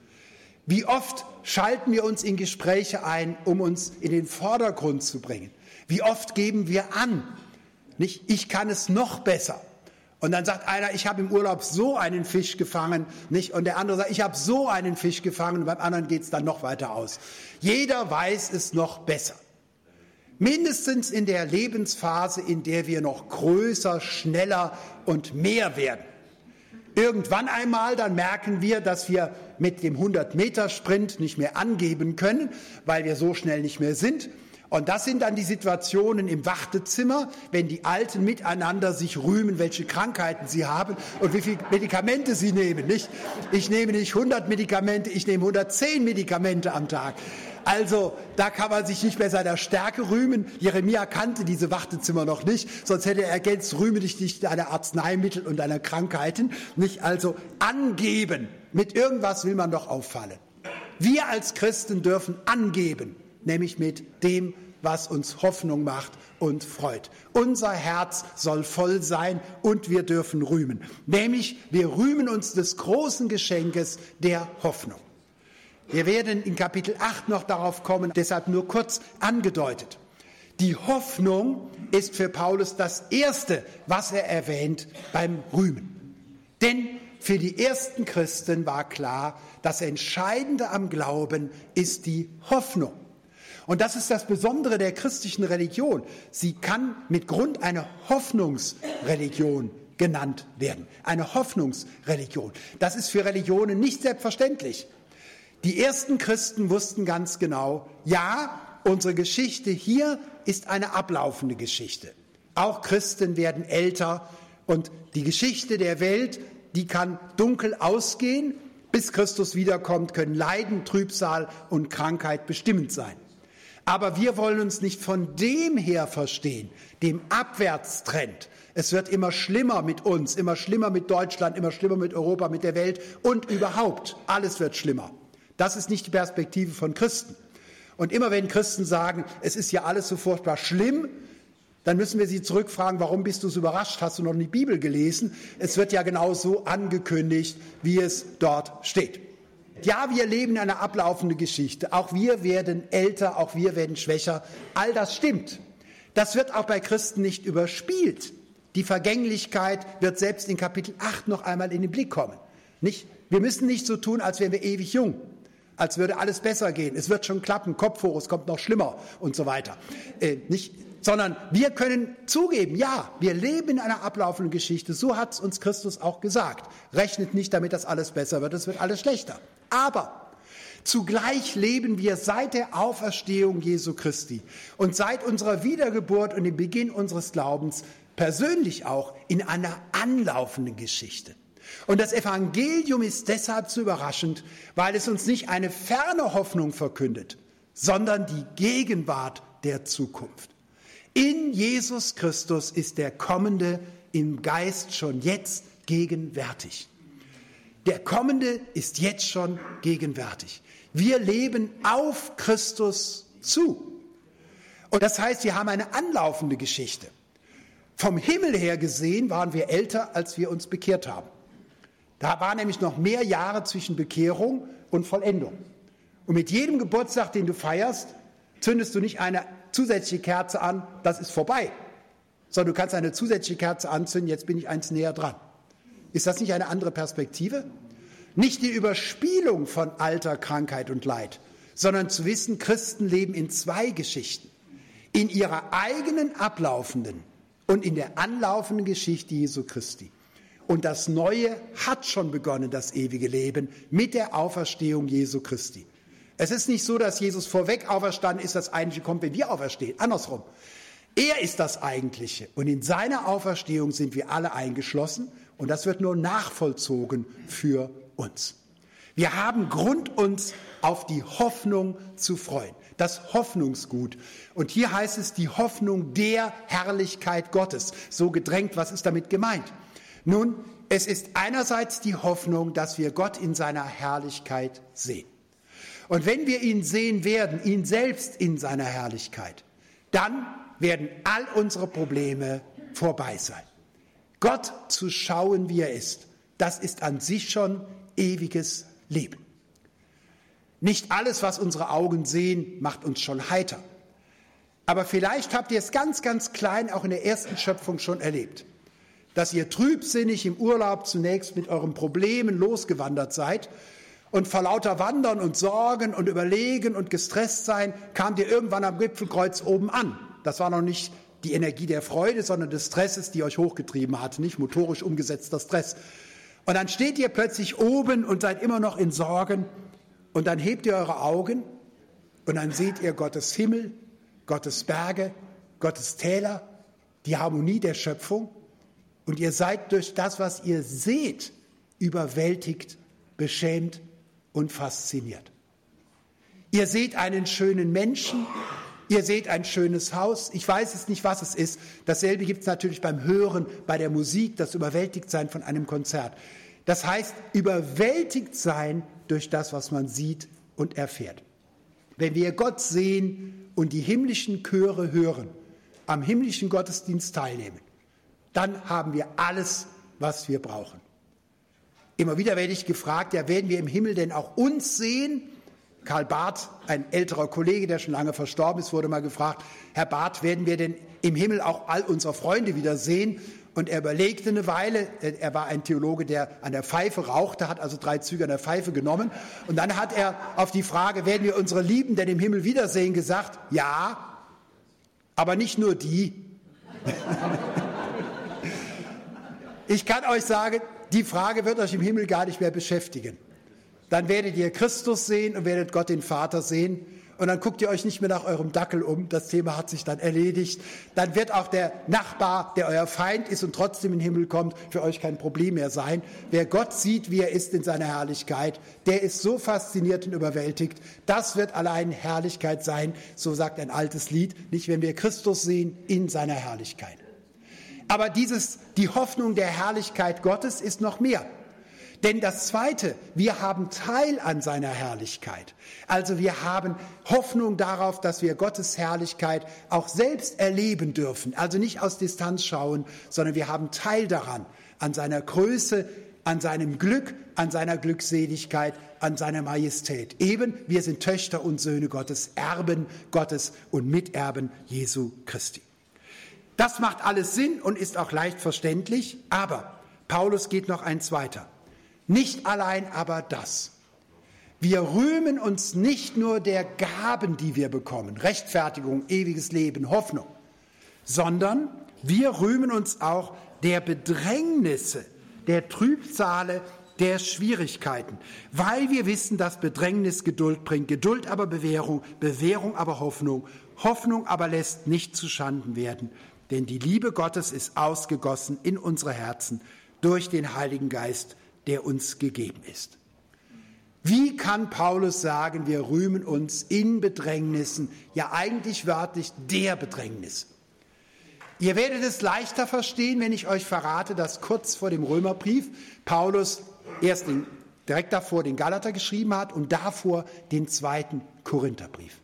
Wie oft schalten wir uns in Gespräche ein, um uns in den Vordergrund zu bringen? Wie oft geben wir an, nicht, ich kann es noch besser. Und dann sagt einer, ich habe im Urlaub so einen Fisch gefangen, nicht? Und der andere sagt, ich habe so einen Fisch gefangen, und beim anderen geht es dann noch weiter aus. Jeder weiß es noch besser. Mindestens in der Lebensphase, in der wir noch größer, schneller und mehr werden. Irgendwann einmal, dann merken wir, dass wir mit dem hundert-Meter-Sprint nicht mehr angeben können, weil wir so schnell nicht mehr sind. Und das sind dann die Situationen im Wartezimmer, wenn die Alten miteinander sich rühmen, welche Krankheiten sie haben und wie viele Medikamente sie nehmen. Nicht? Ich nehme nicht hundert Medikamente, ich nehme hundertzehn Medikamente am Tag. Also da kann man sich nicht mehr seiner Stärke rühmen. Jeremia kannte diese Wartezimmer noch nicht, sonst hätte er ergänzt, rühme dich nicht deiner Arzneimittel und deiner Krankheiten. Nicht also angeben. Mit irgendwas will man doch auffallen. Wir als Christen dürfen angeben, nämlich mit dem, was uns Hoffnung macht und freut. Unser Herz soll voll sein und wir dürfen rühmen. Nämlich, wir rühmen uns des großen Geschenkes der Hoffnung. Wir werden in Kapitel acht noch darauf kommen, deshalb nur kurz angedeutet. Die Hoffnung ist für Paulus das Erste, was er erwähnt beim Rühmen. Denn für die ersten Christen war klar, das Entscheidende am Glauben ist die Hoffnung. Und das ist das Besondere der christlichen Religion. Sie kann mit Grund eine Hoffnungsreligion genannt werden. Eine Hoffnungsreligion. Das ist für Religionen nicht selbstverständlich. Die ersten Christen wussten ganz genau, ja, unsere Geschichte hier ist eine ablaufende Geschichte. Auch Christen werden älter und die Geschichte der Welt, die kann dunkel ausgehen. Bis Christus wiederkommt, können Leiden, Trübsal und Krankheit bestimmend sein. Aber wir wollen uns nicht von dem her verstehen, dem Abwärtstrend. Es wird immer schlimmer mit uns, immer schlimmer mit Deutschland, immer schlimmer mit Europa, mit der Welt und überhaupt. Alles wird schlimmer. Das ist nicht die Perspektive von Christen. Und immer wenn Christen sagen, es ist ja alles so furchtbar schlimm, dann müssen wir sie zurückfragen, warum bist du so überrascht? Hast du noch die Bibel gelesen? Es wird ja genau so angekündigt, wie es dort steht. Ja, wir leben in einer ablaufenden Geschichte. Auch wir werden älter, auch wir werden schwächer. All das stimmt. Das wird auch bei Christen nicht überspielt. Die Vergänglichkeit wird selbst in Kapitel acht noch einmal in den Blick kommen. Nicht? Wir müssen nicht so tun, als wären wir ewig jung, als würde alles besser gehen. Es wird schon klappen, Kopf hoch, es kommt noch schlimmer und so weiter. Äh, nicht, sondern wir können zugeben, ja, wir leben in einer ablaufenden Geschichte. So hat es uns Christus auch gesagt. Rechnet nicht damit, dass alles besser wird, es wird alles schlechter. Aber zugleich leben wir seit der Auferstehung Jesu Christi und seit unserer Wiedergeburt und dem Beginn unseres Glaubens persönlich auch in einer anlaufenden Geschichte. Und das Evangelium ist deshalb so überraschend, weil es uns nicht eine ferne Hoffnung verkündet, sondern die Gegenwart der Zukunft. In Jesus Christus ist der Kommende im Geist schon jetzt gegenwärtig. Der Kommende ist jetzt schon gegenwärtig. Wir leben auf Christus zu. Und das heißt, wir haben eine anlaufende Geschichte. Vom Himmel her gesehen waren wir älter, als wir uns bekehrt haben. Da waren nämlich noch mehr Jahre zwischen Bekehrung und Vollendung. Und mit jedem Geburtstag, den du feierst, zündest du nicht eine zusätzliche Kerze an, das ist vorbei. Sondern du kannst eine zusätzliche Kerze anzünden, jetzt bin ich eins näher dran. Ist das nicht eine andere Perspektive? Nicht die Überspielung von Alter, Krankheit und Leid, sondern zu wissen, Christen leben in zwei Geschichten. In ihrer eigenen ablaufenden und in der anlaufenden Geschichte Jesu Christi. Und das Neue hat schon begonnen, das ewige Leben, mit der Auferstehung Jesu Christi. Es ist nicht so, dass Jesus vorweg auferstanden ist, das Eigentliche kommt, wenn wir auferstehen. Andersrum. Er ist das Eigentliche und in seiner Auferstehung sind wir alle eingeschlossen und das wird nur nachvollzogen für uns. Wir haben Grund, uns auf die Hoffnung zu freuen, das Hoffnungsgut. Und hier heißt es die Hoffnung der Herrlichkeit Gottes. So gedrängt, was ist damit gemeint? Nun, es ist einerseits die Hoffnung, dass wir Gott in seiner Herrlichkeit sehen. Und wenn wir ihn sehen werden, ihn selbst in seiner Herrlichkeit, dann werden all unsere Probleme vorbei sein. Gott zu schauen, wie er ist, das ist an sich schon ewiges Leben. Nicht alles, was unsere Augen sehen, macht uns schon heiter. Aber vielleicht habt ihr es ganz, ganz klein auch in der ersten Schöpfung schon erlebt, dass ihr trübsinnig im Urlaub zunächst mit euren Problemen losgewandert seid und vor lauter Wandern und Sorgen und Überlegen und gestresst sein, kamt ihr irgendwann am Gipfelkreuz oben an. Das war noch nicht die Energie der Freude, sondern des Stresses, die euch hochgetrieben hat, nicht motorisch umgesetzter Stress. Und dann steht ihr plötzlich oben und seid immer noch in Sorgen und dann hebt ihr eure Augen und dann seht ihr Gottes Himmel, Gottes Berge, Gottes Täler, die Harmonie der Schöpfung und ihr seid durch das, was ihr seht, überwältigt, beschämt und fasziniert. Ihr seht einen schönen Menschen, ihr seht ein schönes Haus. Ich weiß es nicht, was es ist. Dasselbe gibt es natürlich beim Hören, bei der Musik, das Überwältigtsein von einem Konzert. Das heißt, überwältigt sein durch das, was man sieht und erfährt. Wenn wir Gott sehen und die himmlischen Chöre hören, am himmlischen Gottesdienst teilnehmen, dann haben wir alles, was wir brauchen. Immer wieder werde ich gefragt, ja, werden wir im Himmel denn auch uns sehen? Karl Barth, ein älterer Kollege, der schon lange verstorben ist, wurde mal gefragt, Herr Barth, werden wir denn im Himmel auch all unsere Freunde wieder sehen? Und er überlegte eine Weile, er war ein Theologe, der an der Pfeife rauchte, hat also drei Züge an der Pfeife genommen. Und dann hat er auf die Frage, werden wir unsere Lieben denn im Himmel wiedersehen, gesagt, ja, aber nicht nur die. Ich kann euch sagen, die Frage wird euch im Himmel gar nicht mehr beschäftigen. Dann werdet ihr Christus sehen und werdet Gott den Vater sehen. Und dann guckt ihr euch nicht mehr nach eurem Dackel um. Das Thema hat sich dann erledigt. Dann wird auch der Nachbar, der euer Feind ist und trotzdem in den Himmel kommt, für euch kein Problem mehr sein. Wer Gott sieht, wie er ist in seiner Herrlichkeit, der ist so fasziniert und überwältigt. Das wird allein Herrlichkeit sein, so sagt ein altes Lied. Nicht, wenn wir Christus sehen in seiner Herrlichkeit. Aber dieses, die Hoffnung der Herrlichkeit Gottes ist noch mehr. Denn das Zweite, wir haben Teil an seiner Herrlichkeit. Also wir haben Hoffnung darauf, dass wir Gottes Herrlichkeit auch selbst erleben dürfen. Also nicht aus Distanz schauen, sondern wir haben Teil daran, an seiner Größe, an seinem Glück, an seiner Glückseligkeit, an seiner Majestät. Eben, wir sind Töchter und Söhne Gottes, Erben Gottes und Miterben Jesu Christi. Das macht alles Sinn und ist auch leicht verständlich, aber Paulus geht noch eins weiter. Nicht allein aber das. Wir rühmen uns nicht nur der Gaben, die wir bekommen, Rechtfertigung, ewiges Leben, Hoffnung, sondern wir rühmen uns auch der Bedrängnisse, der Trübsale, der Schwierigkeiten, weil wir wissen, dass Bedrängnis Geduld bringt, Geduld aber Bewährung, Bewährung aber Hoffnung, Hoffnung aber lässt nicht zu Schanden werden, denn die Liebe Gottes ist ausgegossen in unsere Herzen durch den Heiligen Geist, der uns gegeben ist. Wie kann Paulus sagen, wir rühmen uns in Bedrängnissen, ja eigentlich wörtlich der Bedrängnis? Ihr werdet es leichter verstehen, wenn ich euch verrate, dass kurz vor dem Römerbrief Paulus erst den, direkt davor den Galater geschrieben hat und davor den zweiten Korintherbrief.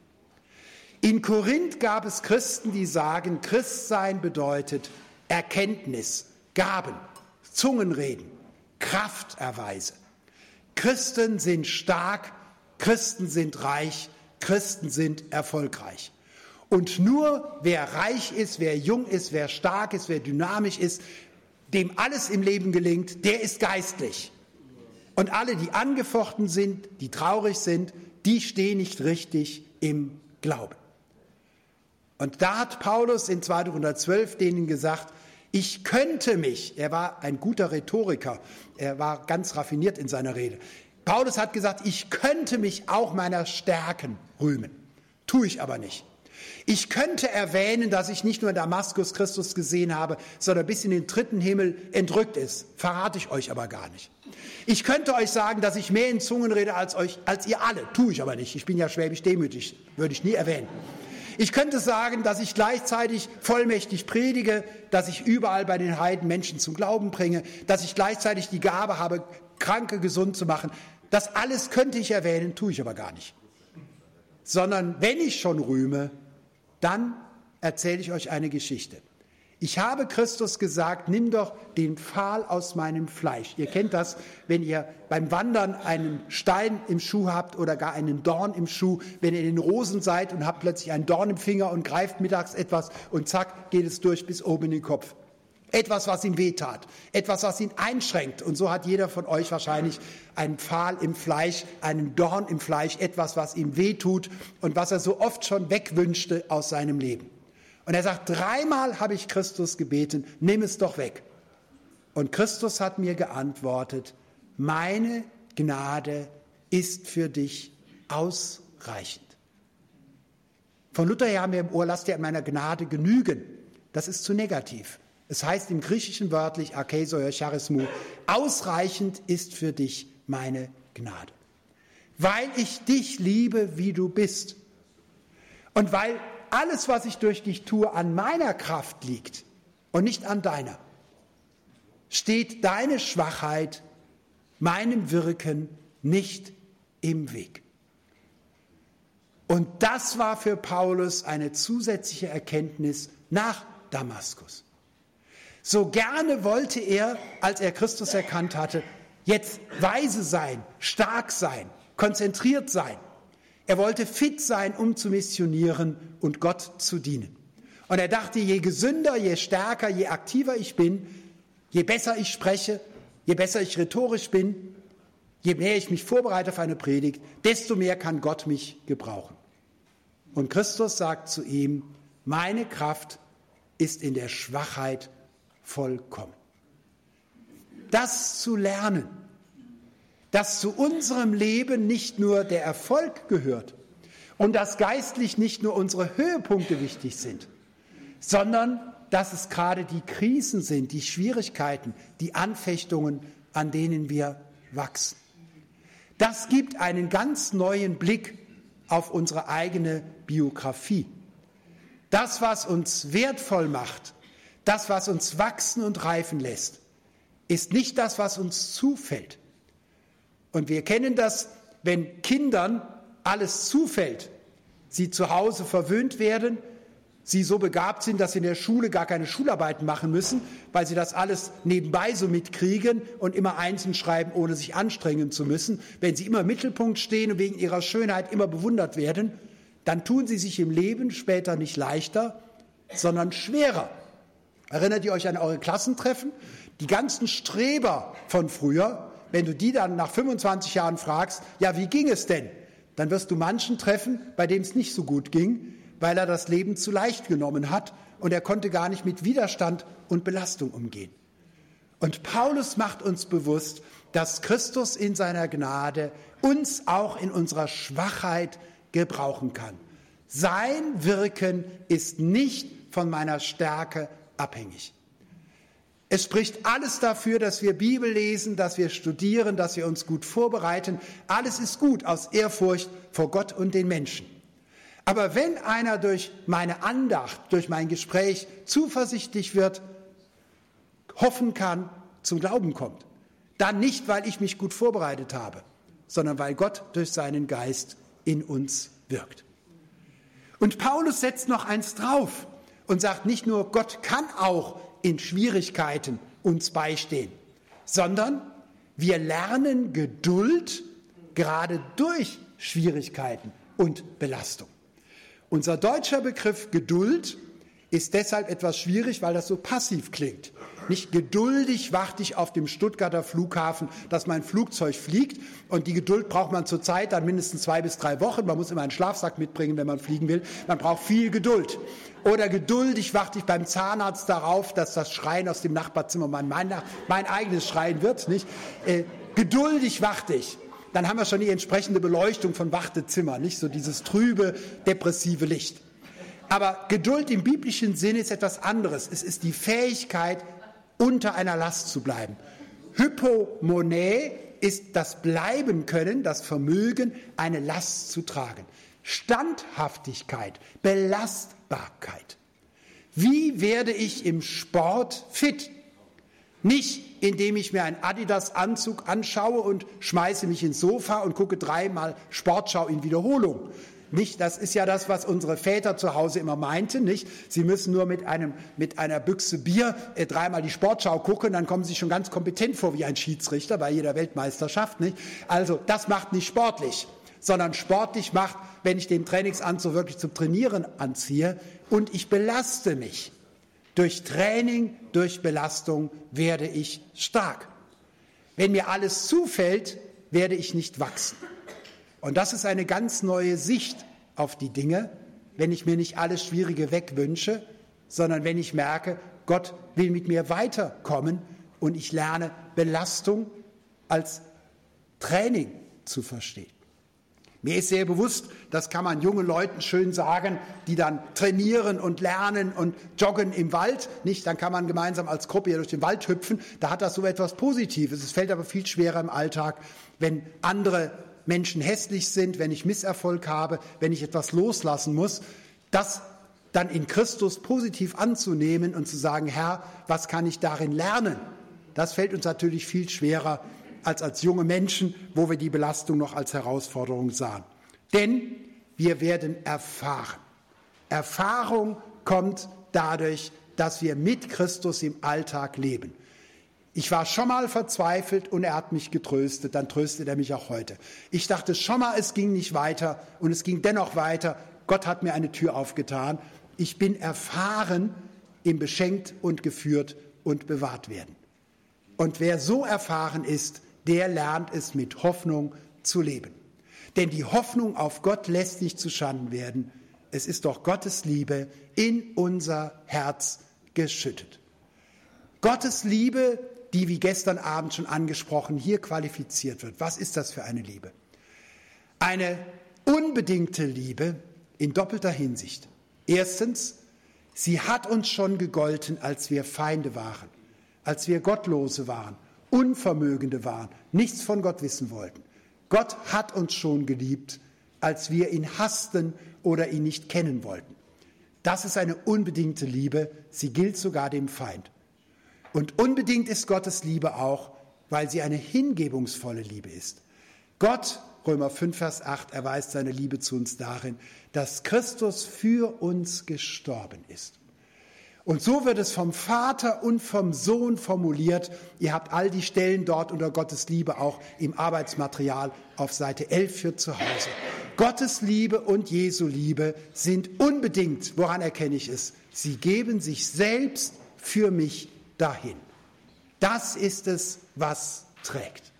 In Korinth gab es Christen, die sagen, Christsein bedeutet Erkenntnis, Gaben, Zungenreden, Krafterweise. Christen sind stark, Christen sind reich, Christen sind erfolgreich. Und nur wer reich ist, wer jung ist, wer stark ist, wer dynamisch ist, dem alles im Leben gelingt, der ist geistlich. Und alle, die angefochten sind, die traurig sind, die stehen nicht richtig im Glauben. Und da hat Paulus in zweiter Korinther zwölf denen gesagt, ich könnte mich, er war ein guter Rhetoriker, er war ganz raffiniert in seiner Rede. Paulus hat gesagt, ich könnte mich auch meiner Stärken rühmen, tue ich aber nicht. Ich könnte erwähnen, dass ich nicht nur in Damaskus Christus gesehen habe, sondern bis in den dritten Himmel entrückt ist. Verrate ich euch aber gar nicht. Ich könnte euch sagen, dass ich mehr in Zungen rede als euch, als ihr alle. Tue ich aber nicht. Ich bin ja schwäbisch demütig, würde ich nie erwähnen. Ich könnte sagen, dass ich gleichzeitig vollmächtig predige, dass ich überall bei den Heiden Menschen zum Glauben bringe, dass ich gleichzeitig die Gabe habe, Kranke gesund zu machen. Das alles könnte ich erwähnen, tue ich aber gar nicht. Sondern wenn ich schon rühme, dann erzähle ich euch eine Geschichte. Ich habe Christus gesagt, nimm doch den Pfahl aus meinem Fleisch. Ihr kennt das, wenn ihr beim Wandern einen Stein im Schuh habt oder gar einen Dorn im Schuh, wenn ihr in den Rosen seid und habt plötzlich einen Dorn im Finger und greift mittags etwas und zack, geht es durch bis oben in den Kopf. Etwas, was ihm wehtat, etwas, was ihn einschränkt. Und so hat jeder von euch wahrscheinlich einen Pfahl im Fleisch, einen Dorn im Fleisch, etwas, was ihm wehtut und was er so oft schon wegwünschte aus seinem Leben. Und er sagt, dreimal habe ich Christus gebeten, nimm es doch weg. Und Christus hat mir geantwortet, meine Gnade ist für dich ausreichend. Von Luther her haben wir im Ohr, lass dir an meiner Gnade genügen. Das ist zu negativ. Es heißt im Griechischen wörtlich, akeisoi charismou, ausreichend ist für dich meine Gnade. Weil ich dich liebe, wie du bist. Und weil alles, was ich durch dich tue, an meiner Kraft liegt und nicht an deiner, steht deine Schwachheit meinem Wirken nicht im Weg. Und das war für Paulus eine zusätzliche Erkenntnis nach Damaskus. So gerne wollte er, als er Christus erkannt hatte, jetzt weise sein, stark sein, konzentriert sein. Er wollte fit sein, um zu missionieren und Gott zu dienen. Und er dachte, je gesünder, je stärker, je aktiver ich bin, je besser ich spreche, je besser ich rhetorisch bin, je mehr ich mich vorbereite auf eine Predigt, desto mehr kann Gott mich gebrauchen. Und Christus sagt zu ihm, meine Kraft ist in der Schwachheit vollkommen. Das zu lernen, dass zu unserem Leben nicht nur der Erfolg gehört und dass geistlich nicht nur unsere Höhepunkte wichtig sind, sondern dass es gerade die Krisen sind, die Schwierigkeiten, die Anfechtungen, an denen wir wachsen. Das gibt einen ganz neuen Blick auf unsere eigene Biografie. Das, was uns wertvoll macht, das, was uns wachsen und reifen lässt, ist nicht das, was uns zufällt. Und wir kennen das, wenn Kindern alles zufällt, sie zu Hause verwöhnt werden, sie so begabt sind, dass sie in der Schule gar keine Schularbeiten machen müssen, weil sie das alles nebenbei so mitkriegen und immer einzeln schreiben, ohne sich anstrengen zu müssen. Wenn sie immer im Mittelpunkt stehen und wegen ihrer Schönheit immer bewundert werden, dann tun sie sich im Leben später nicht leichter, sondern schwerer. Erinnert ihr euch an eure Klassentreffen? Die ganzen Streber von früher, wenn du die dann nach fünfundzwanzig Jahren fragst, ja, wie ging es denn? Dann wirst du manchen treffen, bei dem es nicht so gut ging, weil er das Leben zu leicht genommen hat und er konnte gar nicht mit Widerstand und Belastung umgehen. Und Paulus macht uns bewusst, dass Christus in seiner Gnade uns auch in unserer Schwachheit gebrauchen kann. Sein Wirken ist nicht von meiner Stärke abhängig. Es spricht alles dafür, dass wir Bibel lesen, dass wir studieren, dass wir uns gut vorbereiten. Alles ist gut aus Ehrfurcht vor Gott und den Menschen. Aber wenn einer durch meine Andacht, durch mein Gespräch zuversichtlich wird, hoffen kann, zum Glauben kommt, dann nicht, weil ich mich gut vorbereitet habe, sondern weil Gott durch seinen Geist in uns wirkt. Und Paulus setzt noch eins drauf und sagt nicht nur, Gott kann auch in Schwierigkeiten uns beistehen, sondern wir lernen Geduld gerade durch Schwierigkeiten und Belastung. Unser deutscher Begriff Geduld ist deshalb etwas schwierig, weil das so passiv klingt. Nicht geduldig warte ich auf dem Stuttgarter Flughafen, dass mein Flugzeug fliegt. Und die Geduld braucht man zurzeit dann mindestens zwei bis drei Wochen. Man muss immer einen Schlafsack mitbringen, wenn man fliegen will. Man braucht viel Geduld. Oder geduldig warte ich beim Zahnarzt darauf, dass das Schreien aus dem Nachbarzimmer mein, mein, mein eigenes Schreien wird. Nicht? Äh, geduldig warte ich. Dann haben wir schon die entsprechende Beleuchtung von Wartezimmer, nicht so dieses trübe, depressive Licht. Aber Geduld im biblischen Sinne ist etwas anderes. Es ist die Fähigkeit, unter einer Last zu bleiben. Hypomone ist das Bleiben können, das Vermögen, eine Last zu tragen. Standhaftigkeit, Belastbarkeit. Wie werde ich im Sport fit? Nicht, indem ich mir einen Adidas-Anzug anschaue und schmeiße mich ins Sofa und gucke dreimal Sportschau in Wiederholung. Nicht, das ist ja das, was unsere Väter zu Hause immer meinten, nicht? Sie müssen nur mit einem, mit einer Büchse Bier äh, dreimal die Sportschau gucken, dann kommen sie schon ganz kompetent vor wie ein Schiedsrichter bei jeder Weltmeisterschaft, nicht? Also, das macht nicht sportlich, sondern sportlich macht, wenn ich den Trainingsanzug wirklich zum Trainieren anziehe und ich belaste mich. Durch Training, durch Belastung werde ich stark. Wenn mir alles zufällt, werde ich nicht wachsen. Und das ist eine ganz neue Sicht auf die Dinge, wenn ich mir nicht alles Schwierige wegwünsche, sondern wenn ich merke, Gott will mit mir weiterkommen und ich lerne Belastung als Training zu verstehen. Mir ist sehr bewusst, das kann man jungen Leuten schön sagen, die dann trainieren und lernen und joggen im Wald, nicht? Dann kann man gemeinsam als Gruppe hier durch den Wald hüpfen. Da hat das so etwas Positives. Es fällt aber viel schwerer im Alltag, wenn andere Menschen hässlich sind, wenn ich Misserfolg habe, wenn ich etwas loslassen muss, das dann in Christus positiv anzunehmen und zu sagen, Herr, was kann ich darin lernen? Das fällt uns natürlich viel schwerer als als junge Menschen, wo wir die Belastung noch als Herausforderung sahen. Denn wir werden erfahren. Erfahrung kommt dadurch, dass wir mit Christus im Alltag leben. Ich war schon mal verzweifelt und er hat mich getröstet, dann tröstet er mich auch heute. Ich dachte schon mal, es ging nicht weiter und es ging dennoch weiter. Gott hat mir eine Tür aufgetan. Ich bin erfahren im beschenkt und geführt und bewahrt werden. Und wer so erfahren ist, der lernt es mit Hoffnung zu leben. Denn die Hoffnung auf Gott lässt nicht zuschanden werden. Es ist doch Gottes Liebe in unser Herz geschüttet. Gottes Liebe, die wie gestern Abend schon angesprochen hier qualifiziert wird. Was ist das für eine Liebe? Eine unbedingte Liebe in doppelter Hinsicht. Erstens, sie hat uns schon gegolten, als wir Feinde waren, als wir Gottlose waren, Unvermögende waren, nichts von Gott wissen wollten. Gott hat uns schon geliebt, als wir ihn hassten oder ihn nicht kennen wollten. Das ist eine unbedingte Liebe, sie gilt sogar dem Feind. Und unbedingt ist Gottes Liebe auch, weil sie eine hingebungsvolle Liebe ist. Gott, Römer fünf, Vers acht, erweist seine Liebe zu uns darin, dass Christus für uns gestorben ist. Und so wird es vom Vater und vom Sohn formuliert. Ihr habt all die Stellen dort unter Gottes Liebe auch im Arbeitsmaterial auf Seite elf für zu Hause. Gottes Liebe und Jesu Liebe sind unbedingt, woran erkenne ich es? Sie geben sich selbst für mich dahin. Das ist es, was trägt.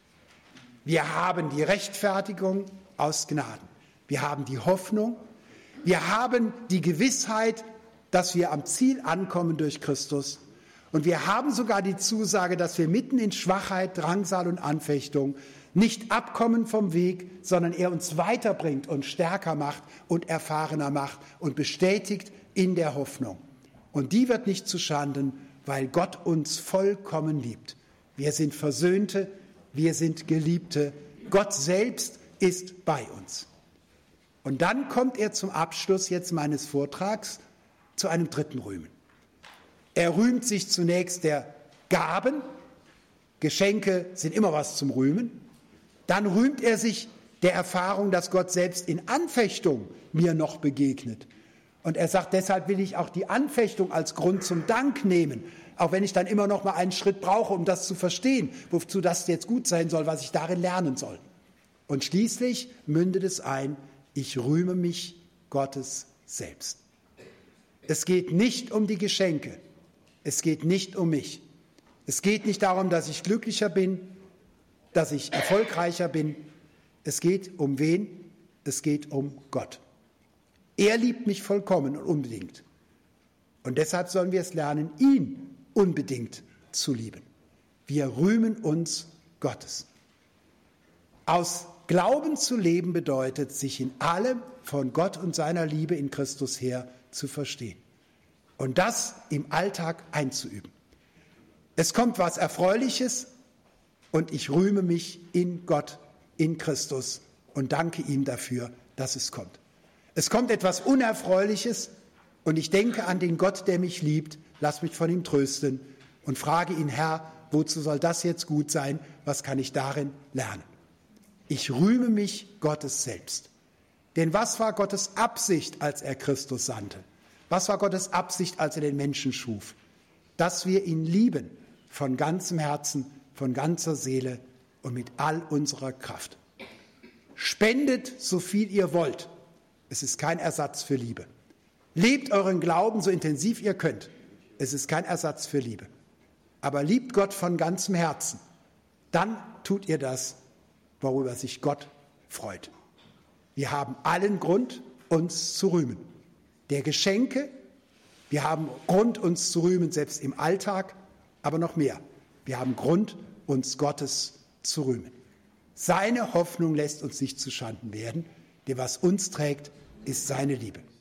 Wir haben die Rechtfertigung aus Gnaden. Wir haben die Hoffnung. Wir haben die Gewissheit, dass wir am Ziel ankommen durch Christus. Und wir haben sogar die Zusage, dass wir mitten in Schwachheit, Drangsal und Anfechtung nicht abkommen vom Weg, sondern er uns weiterbringt und stärker macht und erfahrener macht und bestätigt in der Hoffnung. Und die wird nicht zuschanden, weil Gott uns vollkommen liebt. Wir sind Versöhnte, wir sind Geliebte. Gott selbst ist bei uns. Und dann kommt er zum Abschluss jetzt meines Vortrags zu einem dritten Rühmen. Er rühmt sich zunächst der Gaben. Geschenke sind immer was zum Rühmen. Dann rühmt er sich der Erfahrung, dass Gott selbst in Anfechtung mir noch begegnet. Und er sagt, deshalb will ich auch die Anfechtung als Grund zum Dank nehmen, auch wenn ich dann immer noch mal einen Schritt brauche, um das zu verstehen, wozu das jetzt gut sein soll, was ich darin lernen soll. Und schließlich mündet es ein, ich rühme mich Gottes selbst. Es geht nicht um die Geschenke, es geht nicht um mich. Es geht nicht darum, dass ich glücklicher bin, dass ich erfolgreicher bin. Es geht um wen? Es geht um Gott. Er liebt mich vollkommen und unbedingt. Und deshalb sollen wir es lernen, ihn unbedingt zu lieben. Wir rühmen uns Gottes. Aus Glauben zu leben bedeutet, sich in allem von Gott und seiner Liebe in Christus her zu verstehen und das im Alltag einzuüben. Es kommt was Erfreuliches und ich rühme mich in Gott, in Christus und danke ihm dafür, dass es kommt. Es kommt etwas Unerfreuliches und ich denke an den Gott, der mich liebt, lass mich von ihm trösten und frage ihn, Herr, wozu soll das jetzt gut sein? Was kann ich darin lernen? Ich rühme mich Gottes selbst. Denn was war Gottes Absicht, als er Christus sandte? Was war Gottes Absicht, als er den Menschen schuf? Dass wir ihn lieben, von ganzem Herzen, von ganzer Seele und mit all unserer Kraft. Spendet, so viel ihr wollt. Es ist kein Ersatz für Liebe. Lebt euren Glauben so intensiv ihr könnt. Es ist kein Ersatz für Liebe. Aber liebt Gott von ganzem Herzen. Dann tut ihr das, worüber sich Gott freut. Wir haben allen Grund, uns zu rühmen. Der Geschenke, wir haben Grund, uns zu rühmen, selbst im Alltag, aber noch mehr. Wir haben Grund, uns Gottes zu rühmen. Seine Hoffnung lässt uns nicht zuschanden werden, denn was uns trägt, ist seine Liebe.